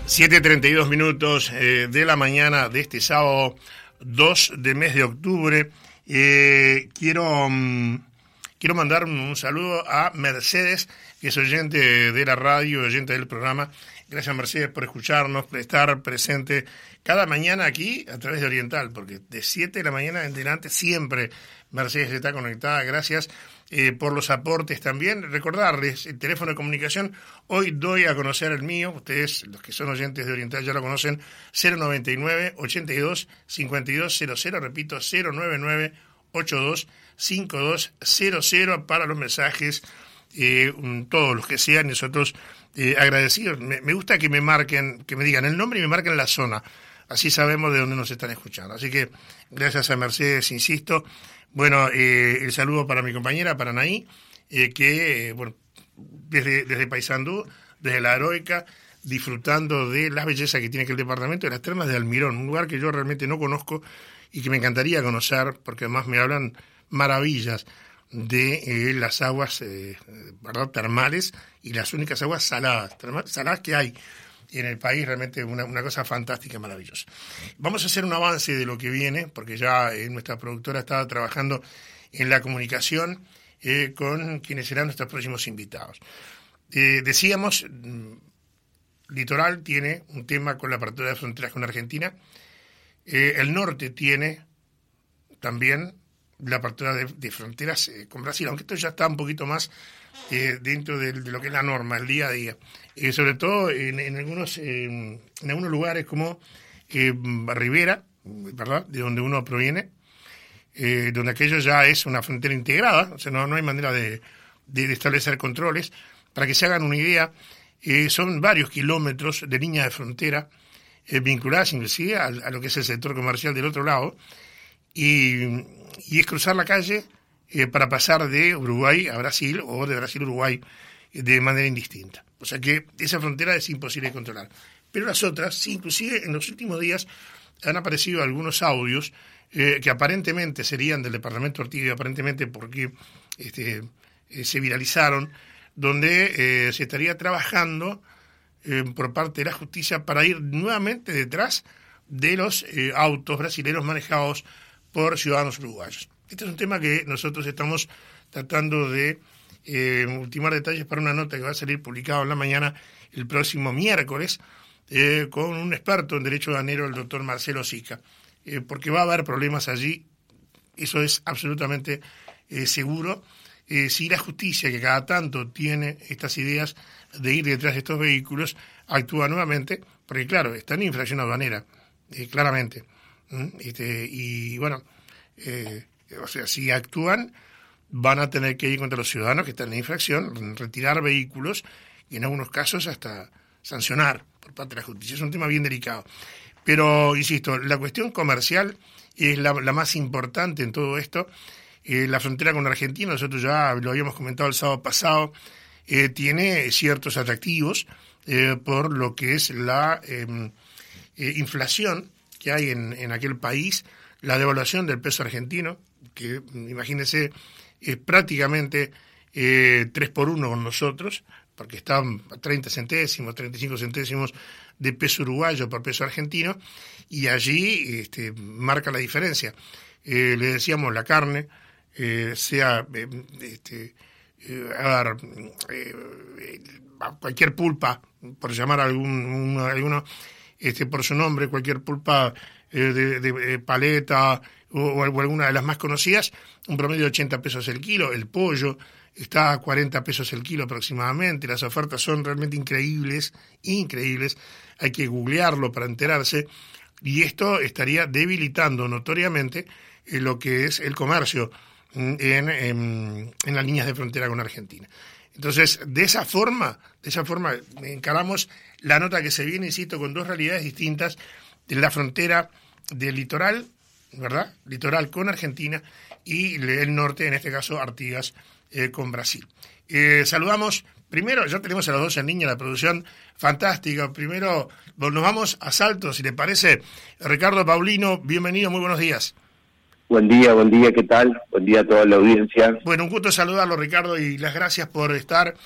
7:32 minutos de la mañana de este sábado 2 de mes de octubre. Quiero mandar un saludo a Mercedes, que es oyente de la radio, oyente del programa. Gracias, Mercedes, por escucharnos, por estar presente cada mañana aquí a través de Oriental, porque de 7 de la mañana en adelante siempre Mercedes está conectada. Gracias por los aportes también. Recordarles el teléfono de comunicación. Hoy doy a conocer el mío. Ustedes, los que son oyentes de Oriental, ya lo conocen. 099-82-5200. Repito, 099-82-5200 para los mensajes, todos los que sean. Nosotros agradecidos. Me gusta que me marquen, que me digan el nombre y me marquen la zona. Así sabemos de dónde nos están escuchando. Así que gracias a Mercedes, insisto. Bueno, el saludo para mi compañera, para Anaí, que bueno, desde Paysandú, desde la Heroica, disfrutando de las bellezas que tiene aquel departamento de las Termas de Almirón, un lugar que yo realmente no conozco y que me encantaría conocer, porque además me hablan maravillas de las aguas ¿verdad? Termales y las únicas aguas saladas que hay en el país. Realmente una cosa fantástica, maravillosa. Vamos a hacer un avance de lo que viene, porque ya nuestra productora estaba trabajando en la comunicación con quienes serán nuestros próximos invitados. Decíamos, Litoral tiene un tema con la apertura de fronteras con Argentina. El norte tiene también la apertura de fronteras con Brasil, aunque esto ya está un poquito más dentro de lo que es la norma, el día a día. Sobre todo en algunos lugares como Rivera, ¿verdad?, de donde uno proviene, donde aquello ya es una frontera integrada, o sea, no hay manera de establecer controles. Para que se hagan una idea, son varios kilómetros de línea de frontera vinculadas inclusive a lo que es el sector comercial del otro lado, y es cruzar la calle para pasar de Uruguay a Brasil o de Brasil a Uruguay de manera indistinta. O sea que esa frontera es imposible de controlar. Pero las otras, sí, inclusive en los últimos días han aparecido algunos audios que aparentemente serían del departamento Ortiga, aparentemente porque se viralizaron, donde se estaría trabajando por parte de la justicia para ir nuevamente detrás de los autos brasileños manejados por ciudadanos uruguayos. Este es un tema que nosotros estamos tratando de ultimar detalles para una nota que va a salir publicada en la mañana el próximo miércoles con un experto en derecho aduanero, el doctor Marcelo Sica, porque va a haber problemas allí, eso es absolutamente seguro. Si la justicia, que cada tanto tiene estas ideas de ir detrás de estos vehículos, actúa nuevamente, porque claro, está en infracción aduanera, claramente. Y bueno, o sea, si actúan, van a tener que ir contra los ciudadanos que están en infracción, retirar vehículos y en algunos casos hasta sancionar por parte de la justicia. Es un tema bien delicado. Pero, insisto, la cuestión comercial es la más importante en todo esto. La frontera con Argentina, nosotros ya lo habíamos comentado el sábado pasado, tiene ciertos atractivos por lo que es la inflación que hay en aquel país, la devaluación del peso argentino, que imagínense es prácticamente 3-1 con nosotros, porque están a 30 centésimos, 35 centésimos de peso uruguayo por peso argentino, y allí marca la diferencia. Le decíamos la carne, cualquier pulpa, por llamar a alguno por su nombre, cualquier pulpa de paleta o alguna de las más conocidas, un promedio de 80 pesos el kilo. El pollo está a 40 pesos el kilo aproximadamente. Las ofertas son realmente increíbles. Hay que googlearlo para enterarse, y esto estaría debilitando notoriamente lo que es el comercio en las líneas de frontera con Argentina. Entonces, de esa forma encaramos la nota que se viene, insisto, con dos realidades distintas de la frontera del litoral, ¿verdad? Litoral con Argentina, y el norte, en este caso Artigas, con Brasil. Saludamos, primero, ya tenemos a los dos en línea, la producción fantástica. Primero, nos vamos a Salto, si le parece. Ricardo Paulino, bienvenido, muy buenos días. Buen día, ¿qué tal? Buen día a toda la audiencia. Bueno, un gusto saludarlo, Ricardo, y las gracias por estar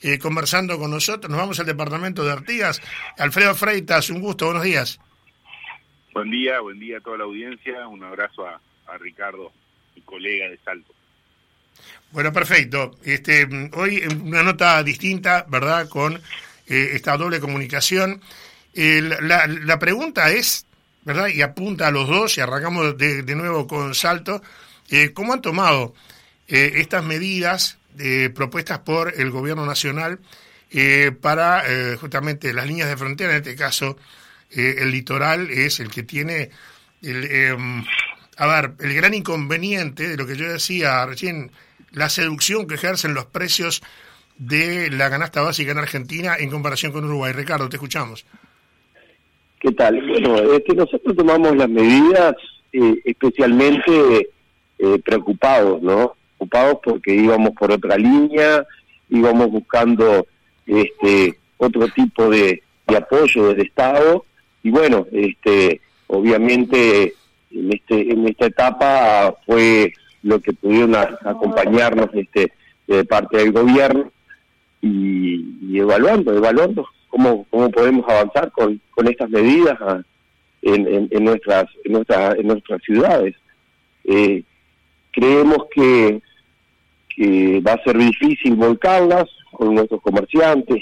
conversando con nosotros. Nos vamos al departamento de Artigas. Alfredo Freitas, un gusto, buenos días. Buen día a toda la audiencia. Un abrazo a Ricardo, mi colega de Salto. Bueno, perfecto. Hoy una nota distinta, ¿verdad?, con esta doble comunicación. La pregunta es, ¿verdad?, y apunta a los dos, y arrancamos de nuevo con Salto, ¿cómo han tomado estas medidas propuestas por el Gobierno Nacional para justamente las líneas de frontera? En este caso, el litoral es el que tiene el gran inconveniente de lo que yo decía recién, la seducción que ejercen los precios de la canasta básica en Argentina en comparación con Uruguay. Ricardo, te escuchamos. ¿Qué tal? Bueno, nosotros tomamos las medidas especialmente preocupados, ¿no? Preocupados porque íbamos por otra línea, íbamos buscando otro tipo de apoyo del Estado, y bueno, obviamente en esta etapa fue lo que pudieron acompañarnos de parte del gobierno y evaluando cómo podemos avanzar con estas medidas en nuestras ciudades. Creemos que va a ser difícil volcarlas con nuestros comerciantes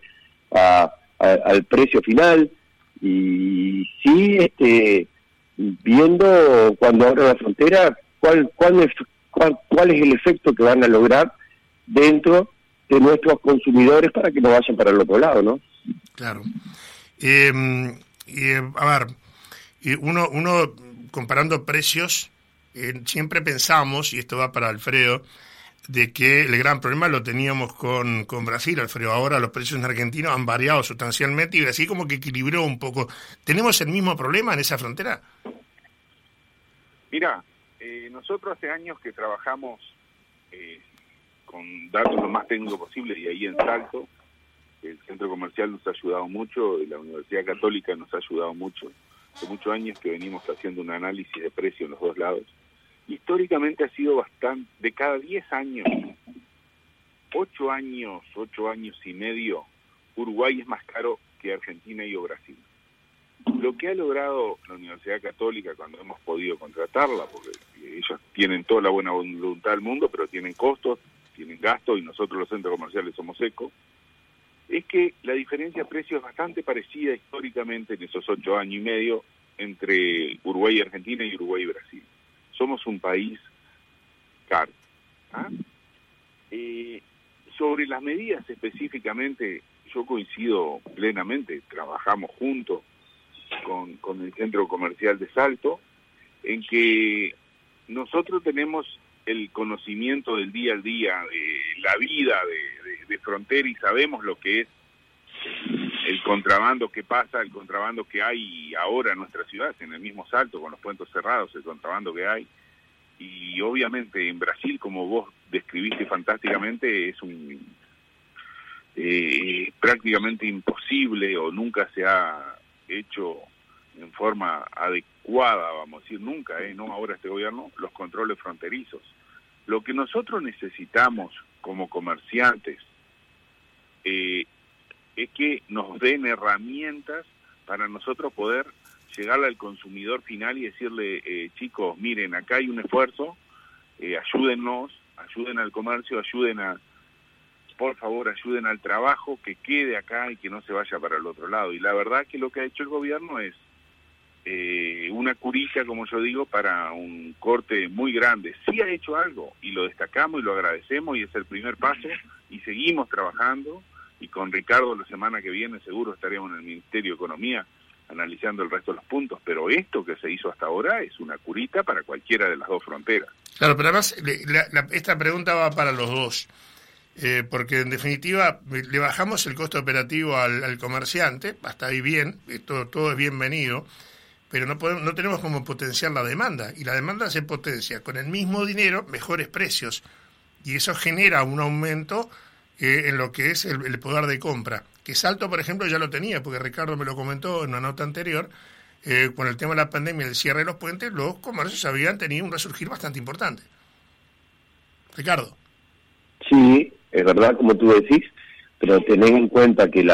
al precio final, y sí viendo cuando abran la frontera cuál es el efecto que van a lograr dentro de nuestros consumidores para que no vayan para el otro lado, ¿no? Claro. Uno comparando precios, siempre pensamos, y esto va para Alfredo, de que el gran problema lo teníamos con Brasil, Alfredo. Ahora los precios en Argentina han variado sustancialmente y Brasil como que equilibró un poco. ¿Tenemos el mismo problema en esa frontera? Mira, nosotros hace años que trabajamos con datos lo más técnicos posible, y ahí en Salto el centro comercial nos ha ayudado mucho, y la Universidad Católica nos ha ayudado mucho. Hace muchos años que venimos haciendo un análisis de precio en los dos lados. Históricamente ha sido bastante, de cada 10 años, 8 años y medio, Uruguay es más caro que Argentina y o Brasil. Lo que ha logrado la Universidad Católica cuando hemos podido contratarla, porque ellos tienen toda la buena voluntad del mundo, pero tienen costos, tienen gastos, y nosotros los centros comerciales somos secos, es que la diferencia de precio es bastante parecida históricamente en esos 8 años y medio entre Uruguay y Argentina y Uruguay y Brasil. Somos un país caro. Sobre las medidas específicamente, yo coincido plenamente, trabajamos juntos con el centro comercial de Salto, en que nosotros tenemos el conocimiento del día al día, de la vida de frontera, y sabemos lo que es el contrabando que pasa, el contrabando que hay ahora en nuestra ciudad, en el mismo Salto, con los puentes cerrados, el contrabando que hay. Y obviamente en Brasil, como vos describiste fantásticamente, es prácticamente imposible, o nunca se ha hecho en forma adecuada, vamos a decir, nunca, no ahora este gobierno, los controles fronterizos. Lo que nosotros necesitamos como comerciantes es que nos den herramientas para nosotros poder llegarle al consumidor final y decirle, chicos, miren, acá hay un esfuerzo, ayúdennos, ayuden al comercio, por favor, ayuden al trabajo, que quede acá y que no se vaya para el otro lado. Y la verdad que lo que ha hecho el gobierno es una curita, como yo digo, para un corte muy grande. Sí ha hecho algo, y lo destacamos y lo agradecemos, y es el primer paso, y seguimos trabajando, y con Ricardo la semana que viene seguro estaremos en el Ministerio de Economía analizando el resto de los puntos, pero esto que se hizo hasta ahora es una curita para cualquiera de las dos fronteras. Claro, pero además esta pregunta va para los dos, porque en definitiva le bajamos el costo operativo al comerciante, hasta ahí bien, todo es bienvenido, pero no tenemos como potenciar la demanda, y la demanda se potencia con el mismo dinero, mejores precios, y eso genera un aumento en lo que es el poder de compra, que Salto, por ejemplo, ya lo tenía, porque Ricardo me lo comentó en una nota anterior, con el tema de la pandemia y el cierre de los puentes, los comercios habían tenido un resurgir bastante importante. Ricardo. Sí, es verdad, como tú decís, pero tened en cuenta que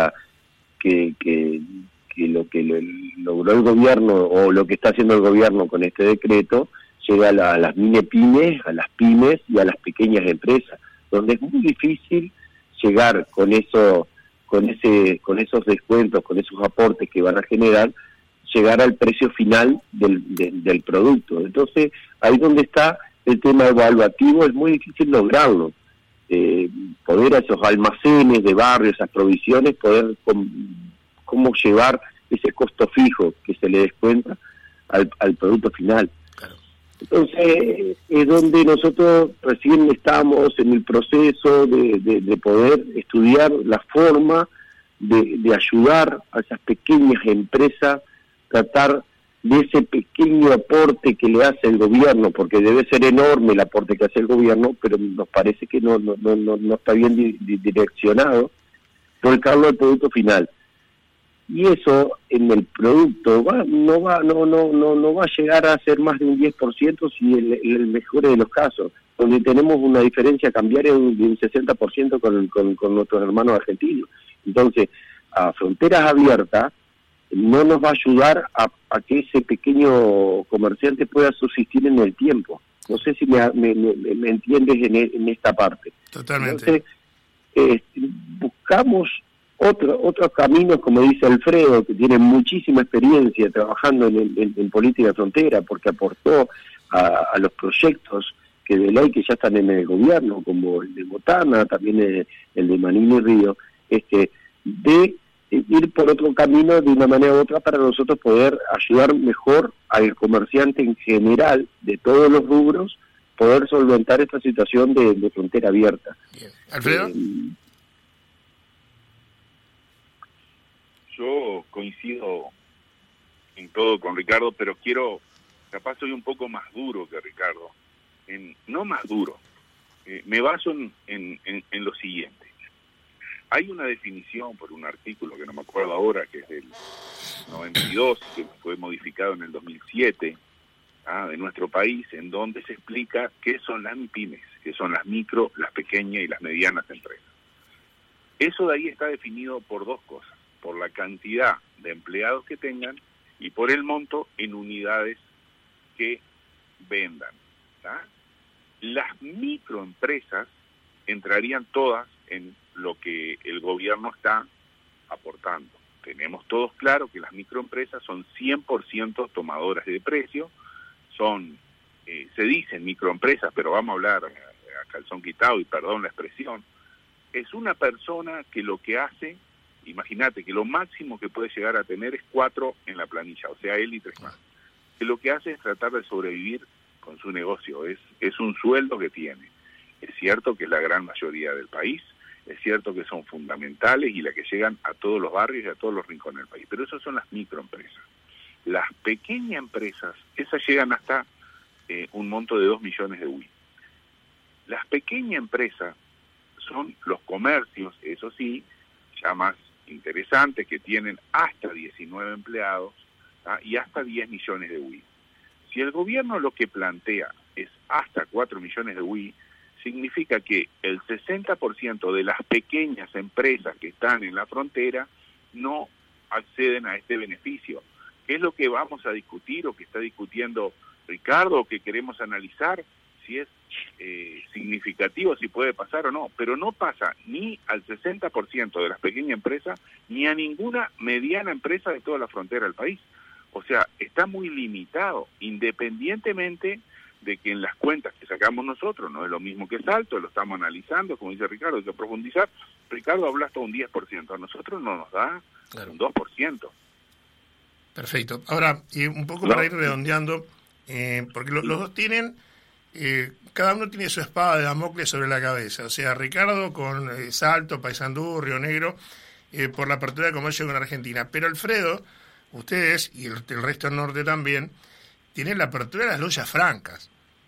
lo que logró el gobierno o lo que está haciendo el gobierno con este decreto llega a las pymes, a las pymes y a las pequeñas empresas, donde es muy difícil llegar con esos descuentos, con esos aportes que van a generar, llegar al precio final del producto. Entonces, ahí donde está el tema evaluativo, es muy difícil lograrlo. Poder a esos almacenes de barrio, esas provisiones, poder cómo llevar ese costo fijo que se le descuenta al producto final. Entonces, es donde nosotros recién estamos en el proceso de poder estudiar la forma de ayudar a esas pequeñas empresas, tratar de ese pequeño aporte que le hace el gobierno, porque debe ser enorme el aporte que hace el gobierno, pero nos parece que no está bien direccionado, volcarlo al producto final. Y eso en el producto no va a llegar a ser más de un 10% si el mejor de los casos, donde tenemos una diferencia cambiaria de un 60% con nuestros hermanos argentinos. Entonces, a fronteras abiertas no nos va a ayudar a que ese pequeño comerciante pueda subsistir en el tiempo. No sé si me entiendes en esta parte. Totalmente. Entonces, buscamos otros caminos, como dice Alfredo, que tiene muchísima experiencia trabajando en política de frontera, porque aportó a los proyectos que de ley que ya están en el gobierno, como el de Botana, también el de Manín y Río, de ir por otro camino de una manera u otra para nosotros poder ayudar mejor al comerciante en general de todos los rubros, poder solventar esta situación de frontera abierta. Bien. ¿Alfredo? Yo coincido en todo con Ricardo, pero capaz soy un poco más duro que Ricardo. No más duro, me baso en lo siguiente. Hay una definición por un artículo que no me acuerdo ahora, que es del 92, que fue modificado en el 2007, de nuestro país, en donde se explica qué son las MIPYMES, que son las micro, las pequeñas y las medianas empresas. Eso de ahí está definido por dos cosas: por la cantidad de empleados que tengan y por el monto en unidades que vendan. Las microempresas entrarían todas en lo que el gobierno está aportando. Tenemos todos claro que las microempresas son 100% tomadoras de precio, se dicen microempresas, pero vamos a hablar a calzón quitado, y perdón la expresión, es una persona que lo que hace, imagínate que lo máximo que puede llegar a tener es 4 en la planilla, o sea, él y 3 más, que lo que hace es tratar de sobrevivir con su negocio, es un sueldo que tiene. Es cierto que es la gran mayoría del país, es cierto que son fundamentales y las que llegan a todos los barrios y a todos los rincones del país, pero esas son las microempresas. Las pequeñas empresas, esas llegan hasta un monto de 2 millones de UI. Las pequeñas empresas son los comercios, eso sí, ya más interesantes, que tienen hasta 19 empleados y hasta 10 millones de UI. Si el gobierno lo que plantea es hasta 4 millones de UI, significa que el 60% de las pequeñas empresas que están en la frontera no acceden a este beneficio. ¿Qué es lo que vamos a discutir o que está discutiendo Ricardo o que queremos analizar? Si es significativo, si puede pasar o no, pero no pasa ni al 60% de las pequeñas empresas ni a ninguna mediana empresa de toda la frontera del país. O sea, está muy limitado, independientemente de que en las cuentas que sacamos nosotros no es lo mismo que Salto, lo estamos analizando, como dice Ricardo, hay que profundizar. Ricardo habla hasta un 10%, a nosotros no nos da un 2%. Perfecto. Ahora, un poco para ir redondeando, porque los dos tienen, cada uno tiene su espada de Damocles sobre la cabeza. O sea, Ricardo con Salto, Paysandú, Río Negro, por la apertura de comercio con Argentina. Pero Alfredo, ustedes y el resto del norte también, tienen la apertura de las loyas francas.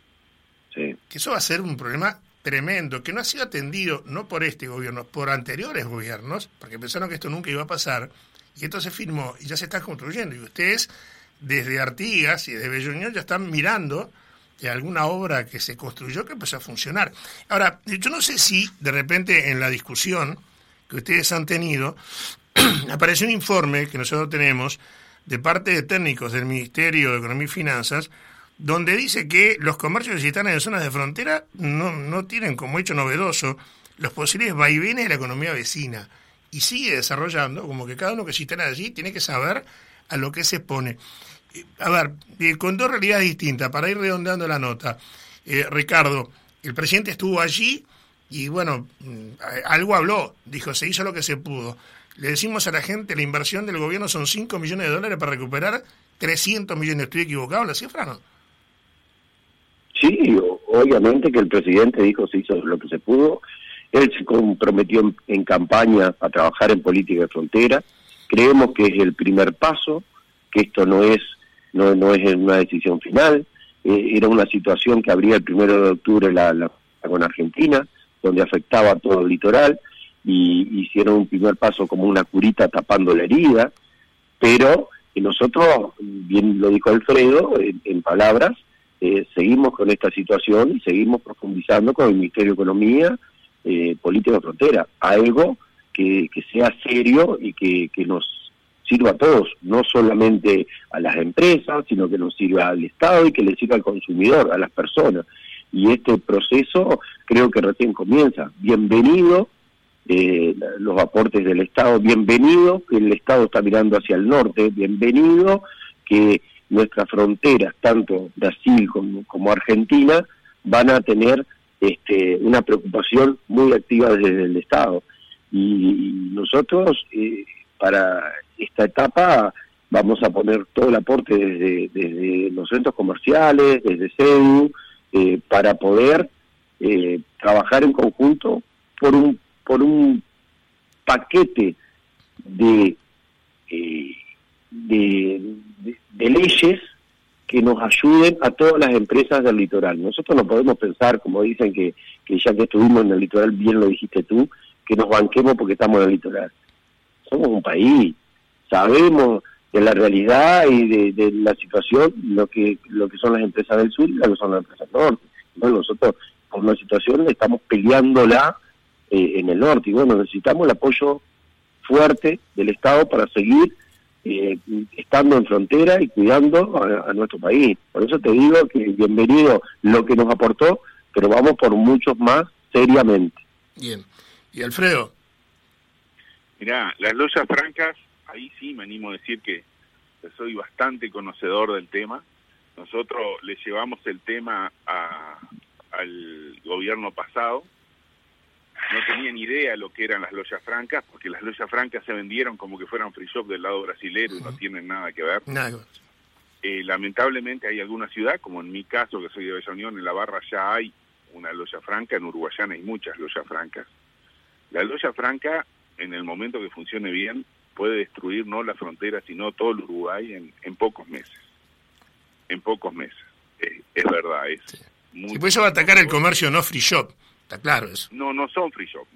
Sí. Que eso va a ser un problema tremendo, que no ha sido atendido, no por este gobierno, por anteriores gobiernos, porque pensaron que esto nunca iba a pasar, y esto se firmó y ya se está construyendo. Y ustedes, desde Artigas y desde Belloñón, ya están mirando de alguna obra que se construyó que empezó a funcionar. Ahora, yo no sé si de repente en la discusión que ustedes han tenido, apareció un informe que nosotros tenemos de parte de técnicos del Ministerio de Economía y Finanzas, donde dice que los comercios que están en zonas de frontera no tienen como hecho novedoso los posibles vaivenes de la economía vecina, y sigue desarrollando como que cada uno que se instala allí tiene que saber a lo que se expone. A ver, con dos realidades distintas, para ir redondeando la nota. Ricardo, el presidente estuvo allí y bueno, algo habló, dijo, se hizo lo que se pudo. Le decimos a la gente, la inversión del gobierno son $5 millones para recuperar 300 millones. ¿Estoy equivocado en la cifra, no? Sí, obviamente que el presidente dijo se hizo lo que se pudo. Él se comprometió en campaña a trabajar en política de frontera. Creemos que es el primer paso, que esto no es una decisión final. Era una situación que abría el 1 de octubre con Argentina, donde afectaba a todo el litoral, y hicieron un primer paso como una curita tapando la herida, pero nosotros, bien lo dijo Alfredo, en palabras, seguimos con esta situación y seguimos profundizando con el Ministerio de Economía, política de frontera, algo que sea serio y que nos sirva a todos, no solamente a las empresas, sino que nos sirva al Estado y que le sirva al consumidor, a las personas. Y este proceso creo que recién comienza. Bienvenido los aportes del Estado, bienvenido que el Estado está mirando hacia el norte, bienvenido que nuestras fronteras, tanto Brasil como Argentina, van a tener una preocupación muy activa desde el Estado. Y nosotros, para esta etapa, vamos a poner todo el aporte desde los centros comerciales, desde CEDU, para poder trabajar en conjunto por un paquete de leyes que nos ayuden a todas las empresas del litoral. Nosotros no podemos pensar, como dicen, que ya que estuvimos en el litoral, bien lo dijiste tú, que nos banquemos porque estamos en el litoral. Somos un país, sabemos de la realidad y de la situación, lo que son las empresas del sur y lo que son las empresas del norte. Bueno, nosotros por una situación estamos peleándola en el norte, y bueno, necesitamos el apoyo fuerte del Estado para seguir estando en frontera y cuidando a nuestro país. Por eso te digo que bienvenido lo que nos aportó, pero vamos por muchos más seriamente. Bien. ¿Y Alfredo? Mirá, las loyas francas, ahí sí me animo a decir que soy bastante conocedor del tema. Nosotros le llevamos el tema al gobierno pasado. No tenían idea lo que eran las loyas francas, porque las loyas francas se vendieron como que fueran free shop del lado brasilero y no tienen nada que ver. Nada. Lamentablemente hay alguna ciudad, como en mi caso, que soy de Bella Unión, en La Barra ya hay una loya franca, en Uruguayana hay muchas loyas francas. La loya franca, en el momento que funcione bien, puede destruir no la frontera, sino todo el Uruguay en pocos meses. En pocos meses. Es verdad, es sí. Muy... Si pues eso va a atacar el comercio no free shop. Está claro eso. No son free shop.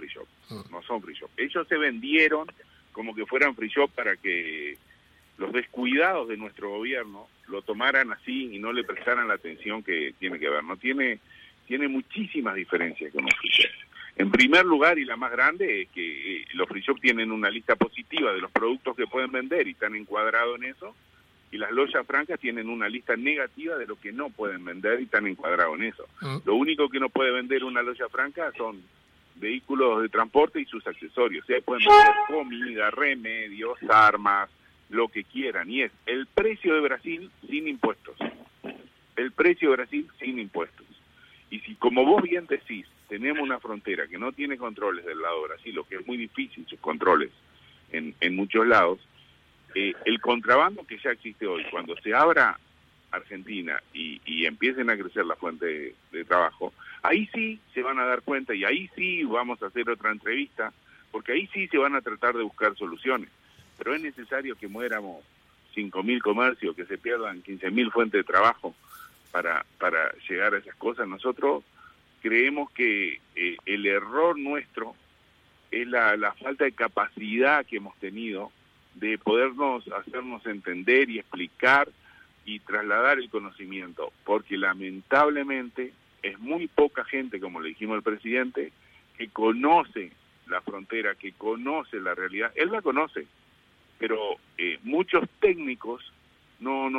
Ellos se vendieron como que fueran free shop para que los descuidados de nuestro gobierno lo tomaran así y no le prestaran la atención que tiene que ver. No tiene muchísimas diferencias con los free shop. En primer lugar, y la más grande, es que los free shop tienen una lista positiva de los productos que pueden vender y están encuadrados en eso, y las loyas francas tienen una lista negativa de lo que no pueden vender y están encuadrados en eso. Lo único que no puede vender una loya franca son vehículos de transporte y sus accesorios. O sea, pueden vender comida, remedios, armas, lo que quieran. Y es el precio de Brasil sin impuestos. El precio de Brasil sin impuestos. Y si, como vos bien decís, tenemos una frontera que no tiene controles del lado de Brasil, lo que es muy difícil sus controles en muchos lados, el contrabando que ya existe hoy, cuando se abra Argentina y empiecen a crecer la fuente de trabajo, ahí sí se van a dar cuenta y ahí sí vamos a hacer otra entrevista, porque ahí sí se van a tratar de buscar soluciones. Pero es necesario que muéramos 5.000 comercios, que se pierdan 15.000 fuentes de trabajo para llegar a esas cosas. Nosotros creemos que el error nuestro es la falta de capacidad que hemos tenido de podernos hacernos entender y explicar y trasladar el conocimiento, porque lamentablemente es muy poca gente, como le dijimos al presidente, que conoce la frontera, que conoce la realidad, él la conoce, pero muchos técnicos no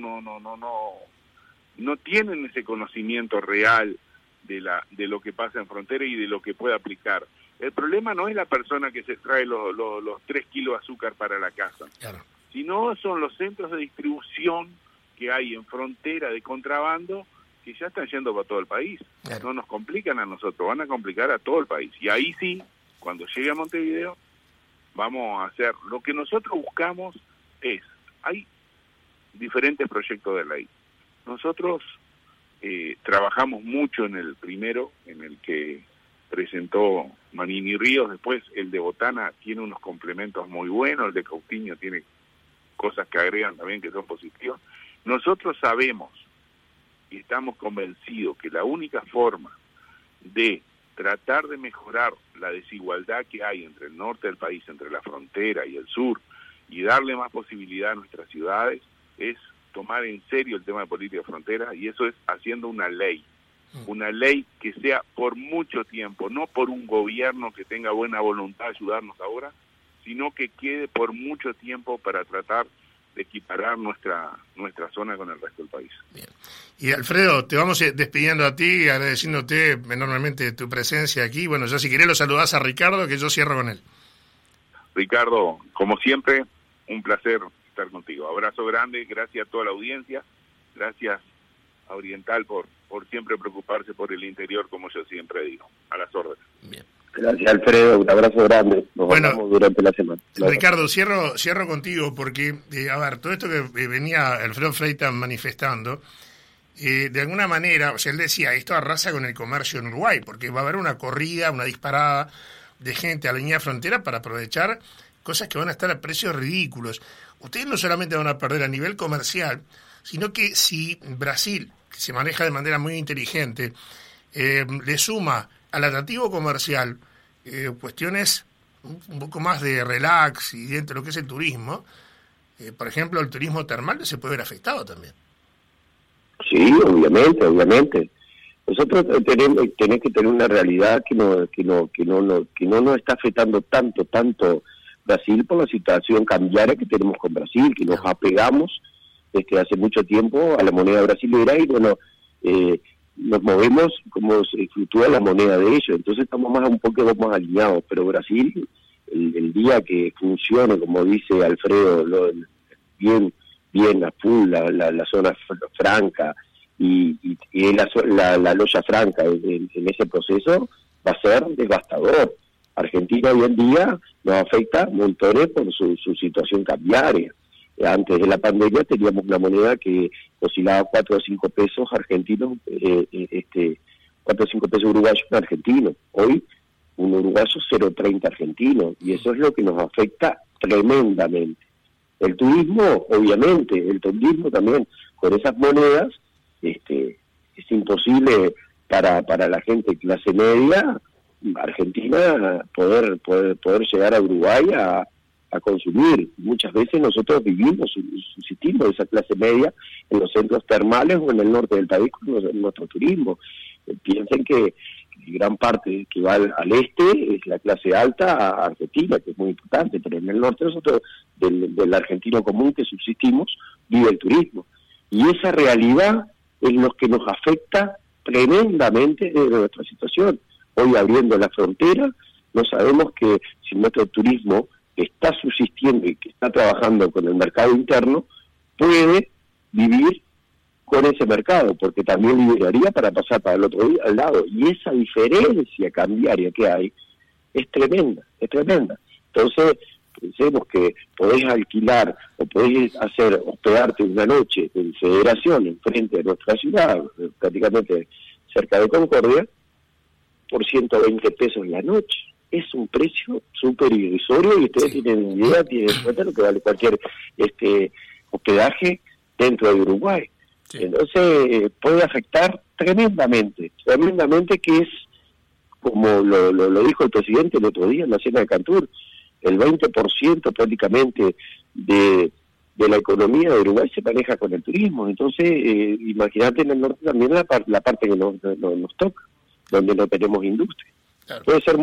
tienen ese conocimiento real de lo que pasa en frontera y de lo que puede aplicar. El problema no es la persona que se trae los 3 kilos de azúcar para la casa, claro, sino son los centros de distribución que hay en frontera de contrabando que ya están yendo para todo el país. Claro. No nos complican a nosotros, van a complicar a todo el país. Y ahí sí, cuando llegue a Montevideo, vamos a hacer lo que nosotros buscamos. Hay diferentes proyectos de ley. Nosotros trabajamos mucho en el primero, en el que presentó Manini Ríos. Después el de Botana tiene unos complementos muy buenos, el de Coutinho tiene cosas que agregan también que son positivas. Nosotros sabemos y estamos convencidos que la única forma de tratar de mejorar la desigualdad que hay entre el norte del país, entre la frontera y el sur, y darle más posibilidad a nuestras ciudades, es tomar en serio el tema de política de frontera, y eso es haciendo una ley que sea por mucho tiempo, no por un gobierno que tenga buena voluntad de ayudarnos ahora, sino que quede por mucho tiempo para tratar de equiparar nuestra zona con el resto del país. Bien. Y Alfredo, te vamos despidiendo a ti, agradeciéndote enormemente tu presencia aquí. Bueno, ya si querés lo saludás a Ricardo, que yo cierro con él. Ricardo, como siempre, un placer estar contigo. Abrazo grande, gracias a toda la audiencia, gracias a Oriental por siempre preocuparse por el interior, como yo siempre digo. A las órdenes. Bien. Gracias, Alfredo, un abrazo grande. Nos vemos durante la semana. Ricardo, cierro contigo porque, a ver, todo esto que venía Alfredo Freitas manifestando, de alguna manera, o sea, él decía, esto arrasa con el comercio en Uruguay, porque va a haber una corrida, una disparada de gente a la línea de frontera para aprovechar cosas que van a estar a precios ridículos. Ustedes no solamente van a perder a nivel comercial, sino que si Brasil, que se maneja de manera muy inteligente, le suma al atractivo comercial cuestiones un poco más de relax y dentro de lo que es el turismo, por ejemplo, el turismo termal se puede ver afectado también. Sí, obviamente. Nosotros tenemos que tener una realidad que no nos está afectando tanto Brasil por la situación cambiaria que tenemos con Brasil, que nos apegamos desde hace mucho tiempo a la moneda brasilera y nos movemos como se fluctúa la moneda de ellos, entonces estamos un poco más alineados, pero Brasil, el día que funcione, como dice Alfredo, bien a full la zona franca y la loya franca en ese proceso, va a ser devastador. Argentina hoy en día nos afecta montones por su situación cambiaria. Antes de la pandemia teníamos una moneda que oscilaba 4 o 5 pesos argentinos, 4 o 5 pesos uruguayos argentinos. Hoy un uruguayo 0,30 argentino, y eso es lo que nos afecta tremendamente. El turismo, obviamente, el turismo también, con esas monedas, es imposible para la gente de clase media, Argentina, poder llegar a Uruguay a consumir. Muchas veces nosotros subsistimos de esa clase media en los centros termales o en el norte del país con nuestro turismo. Piensen que gran parte que va al este es la clase alta argentina, que es muy importante, pero en el norte nosotros, del argentino común que subsistimos, vive el turismo. Y esa realidad es lo que nos afecta tremendamente de nuestra situación. Hoy, abriendo la frontera, no sabemos que si nuestro turismo está subsistiendo y que está trabajando con el mercado interno, puede vivir con ese mercado, porque también liberaría para pasar para el otro día al lado. Y esa diferencia cambiaria que hay es tremenda. Entonces, pensemos que podés alquilar o podés hospedarte una noche en Federación, enfrente de nuestra ciudad, prácticamente cerca de Concordia, por 120 pesos la noche. Es un precio súper irrisorio y ustedes tienen idea, tienen en cuenta lo que vale cualquier hospedaje dentro de Uruguay. Sí. Entonces puede afectar tremendamente, que es, como lo dijo el presidente el otro día en la cena de Cantur, el 20% prácticamente de la economía de Uruguay se maneja con el turismo. Entonces, imagínate en el norte también la parte que nos toca, donde no tenemos industria. Claro. Puede ser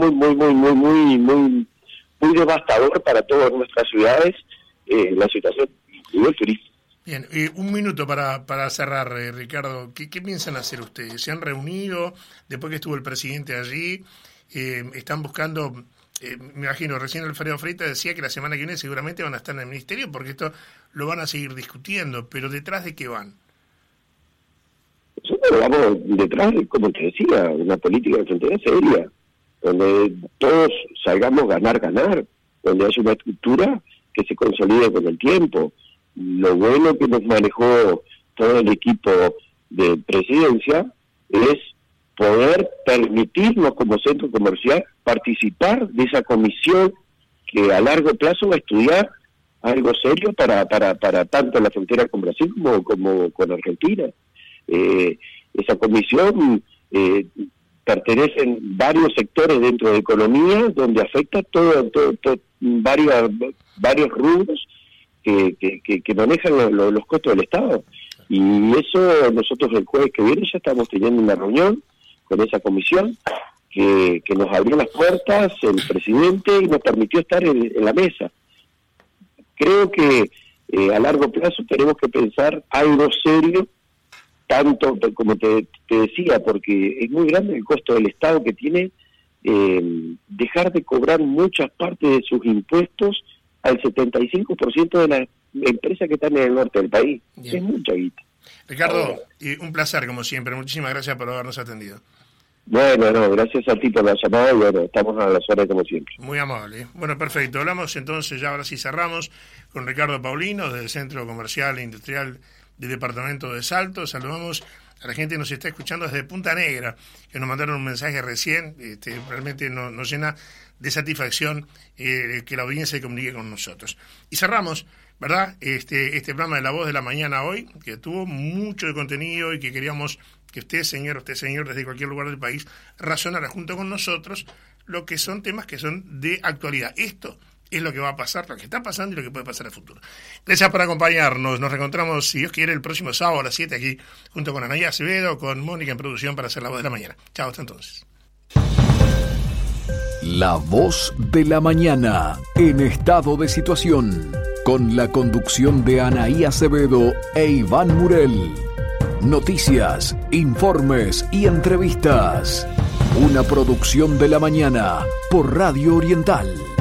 muy devastador para todas nuestras ciudades la situación del turismo. Bien, un minuto para cerrar, Ricardo. ¿Qué piensan hacer ustedes? ¿Se han reunido después que estuvo el presidente allí? ¿Están buscando, me imagino, recién Alfredo Freitas decía que la semana que viene seguramente van a estar en el ministerio porque esto lo van a seguir discutiendo, pero ¿detrás de qué van? Nosotros vamos detrás de, como te decía, una política de frontera seria, donde todos salgamos ganar, donde haya una estructura que se consolide con el tiempo. Lo bueno que nos manejó todo el equipo de presidencia es poder permitirnos como centro comercial participar de esa comisión que a largo plazo va a estudiar algo serio para tanto la frontera con Brasil como con Argentina. Esa comisión pertenecen varios sectores dentro de economía donde afecta todo varios rubros que manejan los costos del Estado. Y eso nosotros el jueves que viene ya estamos teniendo una reunión con esa comisión que nos abrió las puertas el presidente y nos permitió estar en la mesa. Creo que a largo plazo tenemos que pensar algo serio, tanto como te decía, porque es muy grande el costo del Estado que tiene dejar de cobrar muchas partes de sus impuestos al 75% de las empresas que están en el norte del país. Bien. Es mucha guita. Ricardo, un placer como siempre. Muchísimas gracias por habernos atendido. Bueno, gracias a ti por la llamada y bueno, estamos a las horas como siempre. Muy amable. Bueno, perfecto. Hablamos entonces, ya ahora sí cerramos, con Ricardo Paulino del Centro Comercial e Industrial del Departamento de Salto. Saludamos a la gente que nos está escuchando desde Punta Negra, que nos mandaron un mensaje recién. Realmente nos llena de satisfacción que la audiencia se comunique con nosotros. Y cerramos, ¿verdad? Este programa de La Voz de la Mañana hoy, que tuvo mucho de contenido y que queríamos que usted, señor, desde cualquier lugar del país, razonara junto con nosotros lo que son temas que son de actualidad. Esto es lo que va a pasar, lo que está pasando y lo que puede pasar en el futuro. Gracias por acompañarnos. Nos reencontramos, si Dios quiere, el próximo sábado a las 7 aquí, junto con Anaí Acevedo, con Mónica en producción para hacer La Voz de la Mañana. Chao, hasta entonces. La Voz de la Mañana, en estado de situación, con la conducción de Anaí Acevedo e Iván Murel. Noticias, informes y entrevistas. Una producción de La Mañana por Radio Oriental.